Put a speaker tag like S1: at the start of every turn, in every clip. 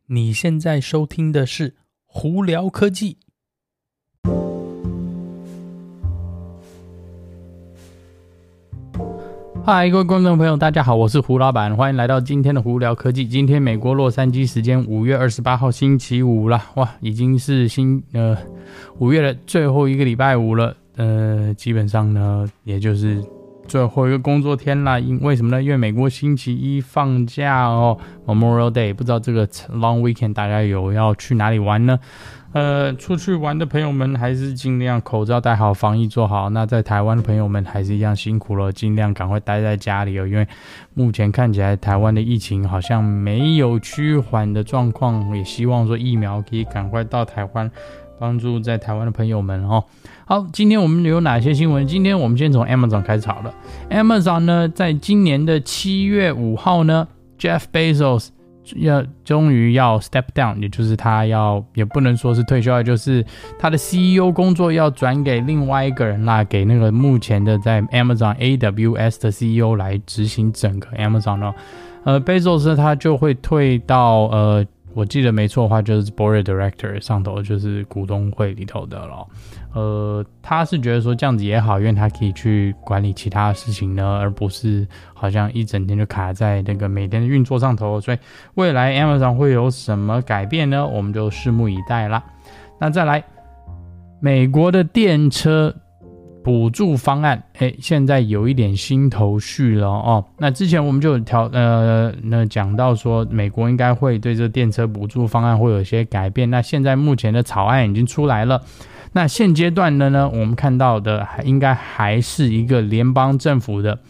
S1: 你现在收听的是胡聊科技。嗨，各位观众朋友，大家好，我是胡老板，欢迎来到今天的胡聊科技。今天美国洛杉矶时间5月28号星期五了，哇，已经是5月的最后一个礼拜五了，基本上呢，也就是最后一个工作天啦。为什么呢？因为美国星期一放假哦 ，Memorial Day， 不知道这个 Long Weekend 大家有要去哪里玩呢？出去玩的朋友们还是尽量口罩戴好，防疫做好。那在台湾的朋友们还是一样辛苦了，尽量赶快待在家里哦，因为目前看起来台湾的疫情好像没有趋缓的状况，也希望说疫苗可以赶快到台湾，帮助在台湾的朋友们哦。好，今天我们有哪些新闻？今天我们先从 Amazon 开始好了。Amazon 呢，在今年的7月5号呢 ，Jeff Bezos 终于要 step down， 也就是他也不能说是退休，就是他的 CEO 工作要转给另外一个人啦，给那个目前的在 Amazon AWS 的 CEO 来执行整个 Amazon 哦。Bezos 他就会退到我记得没错的话，就是 Board Director 上头，就是股东会里头的咯。他是觉得说这样子也好，因为他可以去管理其他的事情呢，而不是好像一整天就卡在那个每天的运作上头。所以未来 Amazon 会有什么改变呢？我们就拭目以待啦。那再来，美国的电车补助方案，现在有一点新头绪了哦。那之前我们就有讲到说，美国应该会对这电车补助方案会有一些改变。那现在目前的草案已经出来了。那现阶段的呢，我们看到的应该还是一个联邦政府的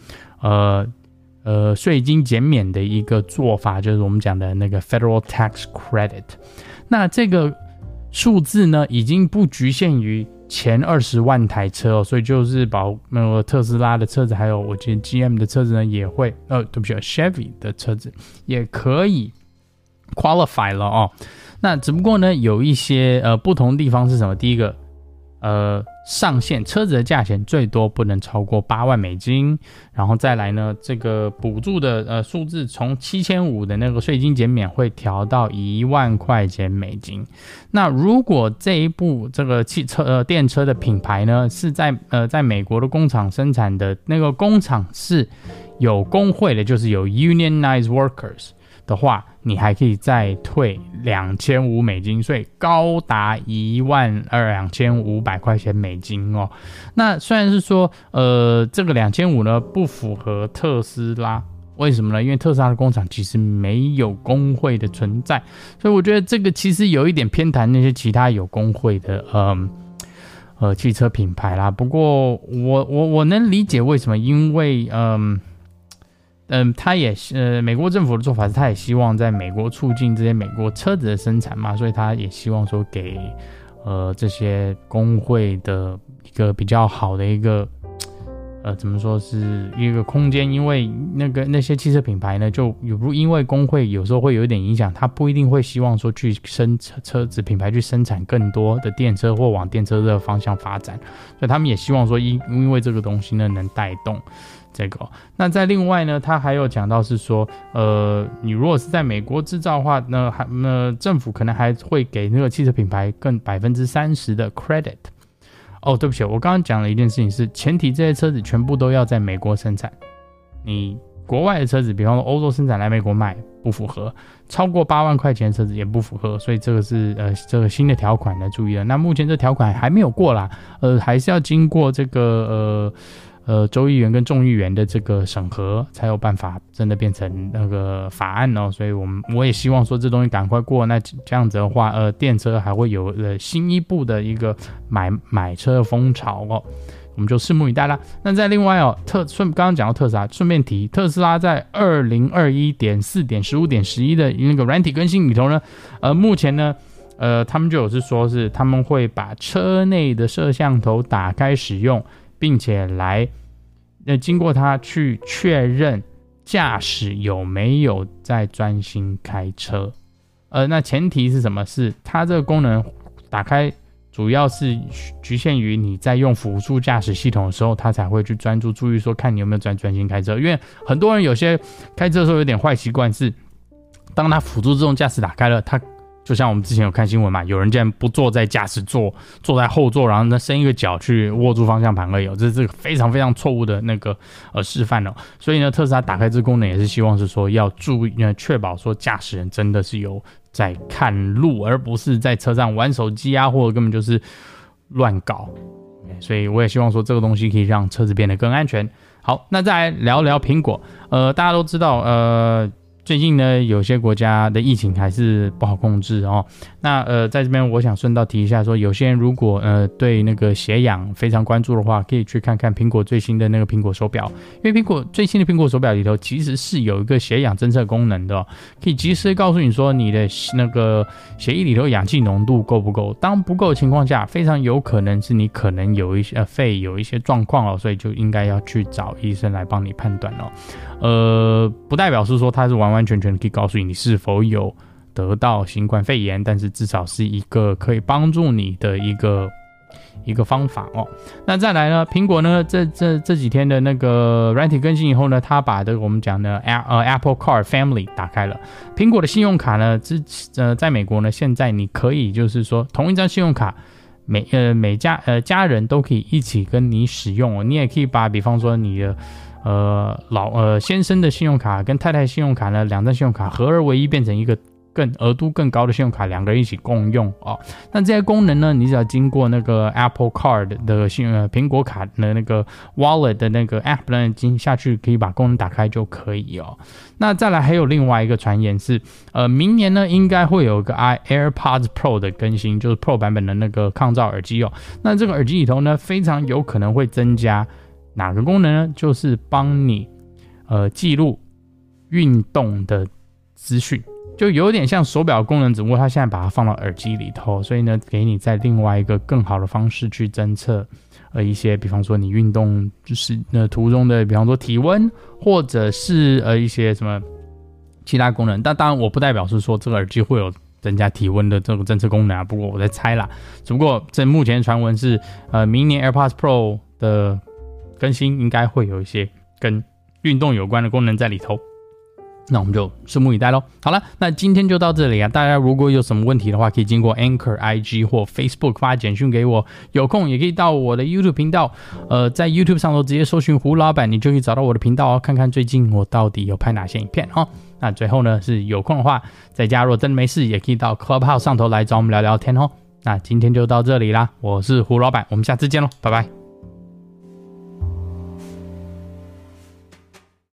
S1: 税金减免的一个做法，就是我们讲的那个 Federal Tax Credit。那这个数字呢，已经不局限于前20万台车哦，所以就是特斯拉的车子，还有我记得 GM 的车子呢也会，对不起 ，Chevy 的车子也可以 qualify 了哦。那只不过呢，有一些不同的地方是什么？第一个，上限车子的价钱最多不能超过8万美金，然后再来呢，这个补助的数字从7500的那个税金减免会调到1万块钱美金。那如果这一部这个电车的品牌呢是在美国的工厂生产的，那个工厂是有工会的，就是有 unionized workers 的话，你还可以再退2500美金，所以高达12500块钱美金哦。那虽然是说这个2500呢不符合特斯拉，为什么呢？因为特斯拉的工厂其实没有工会的存在，所以我觉得这个其实有一点偏袒那些其他有工会的汽车品牌啦。不过我能理解为什么，因为他也美国政府的做法是，他也希望在美国促进这些美国车子的生产嘛，所以他也希望说给这些工会的一个比较好的一个怎么说是一个空间，因为那些汽车品牌呢，就因为工会有时候会有一点影响，他不一定会希望说去车子品牌去生产更多的电车或往电车的方向发展，所以他们也希望说因为这个东西呢能带动这个。那在另外呢，他还有讲到是说，你如果是在美国制造的话，那政府可能还会给那个汽车品牌更30%的 credit。哦，对不起，我刚刚讲了一件事情是，前提这些车子全部都要在美国生产，你国外的车子，比方说欧洲生产来美国卖不符合，超过8万块钱的车子也不符合，所以这个是这个新的条款呢，注意了。那目前这条款还没有过啦，还是要经过这个州议员跟众议员的这个审核，才有办法真的变成那个法案哦。所以我也希望说这东西赶快过。那这样子的话，电车还会有新一步的一个买车风潮哦。我们就拭目以待啦。那在另外哦，刚刚讲到特斯拉，顺便提特斯拉在 2021.4.15.11 的那个软体更新里头呢，目前呢，他们就有是说是他们会把车内的摄像头打开使用，并且来经过它去确认驾驶有没有在专心开车。那前提是什么？是它这个功能打开主要是局限于你在用辅助驾驶系统的时候，它才会去专注意说看你有没有专心开车。因为很多人有些开车的时候有点坏习惯是当它辅助自动驾驶打开了，它就像我们之前有看新闻嘛，有人竟然不坐在驾驶座，坐在后座，然后呢伸一个脚去握住方向盘而已，这是非常非常错误的那个示范哦。所以呢，特斯拉打开这功能也是希望是说要注意确保说驾驶人真的是有在看路，而不是在车上玩手机啊，或者根本就是乱搞。所以我也希望说这个东西可以让车子变得更安全。好，那再来聊聊苹果。大家都知道，最近呢，有些国家的疫情还是不好控制哦。那在这边我想顺道提一下说，有些人如果对那个血氧非常关注的话，可以去看看苹果最新的那个苹果手表，因为苹果最新的苹果手表里头其实是有一个血氧侦测功能的哦，可以及时告诉你说你的那个血液里头氧气浓度够不够。当不够的情况下，非常有可能是你可能有一些肺有一些状况哦，所以就应该要去找医生来帮你判断哦。不代表是说它是完完全全可以告诉你是否有得到新冠肺炎，但是至少是一个可以帮助你的一个方法哦。那再来呢，苹果呢这几天的那个软体更新以后呢，它把我们讲的Apple Card Family 打开了。苹果的信用卡呢，在美国呢，现在你可以就是说同一张信用卡。每家人都可以一起跟你使用哦，你也可以把比方说你的先生的信用卡跟太太信用卡呢，两张信用卡合而为一，变成一个额度更高的信用卡，两个人一起共用哦。那这些功能呢，你只要经过那个 Apple Card 的苹果卡的那个 Wallet 的那个 App 呢，进下去可以把功能打开就可以哦。那再来还有另外一个传言是，明年呢应该会有个 AirPods Pro 的更新，就是 Pro 版本的那个抗噪耳机哦。那这个耳机里头呢，非常有可能会增加哪个功能呢？就是帮你记录运动的资讯。就有点像手表功能，只不过它现在把它放到耳机里头，所以呢，给你在另外一个更好的方式去侦测一些，比方说你运动就是途中的，比方说体温，或者是一些什么其他功能。但当然，我不代表是说这个耳机会有增加体温的这个侦测功能啊，不过我在猜啦。只不过这目前传闻是，明年 AirPods Pro 的更新应该会有一些跟运动有关的功能在里头。那我们就拭目以待咯。好了，那今天就到这里啊。大家如果有什么问题的话，可以经过 Anchor、IG 或 Facebook 发简讯给我。有空也可以到我的 YouTube 频道，在 YouTube 上头直接搜寻胡老板，你就可以找到我的频道哦。看看最近我到底有拍哪些影片哦。那最后呢，是有空的话，在家如果真的没事，也可以到 Clubhouse 上头来找我们聊聊天哦。那今天就到这里啦，我是胡老板，我们下次见咯，拜拜。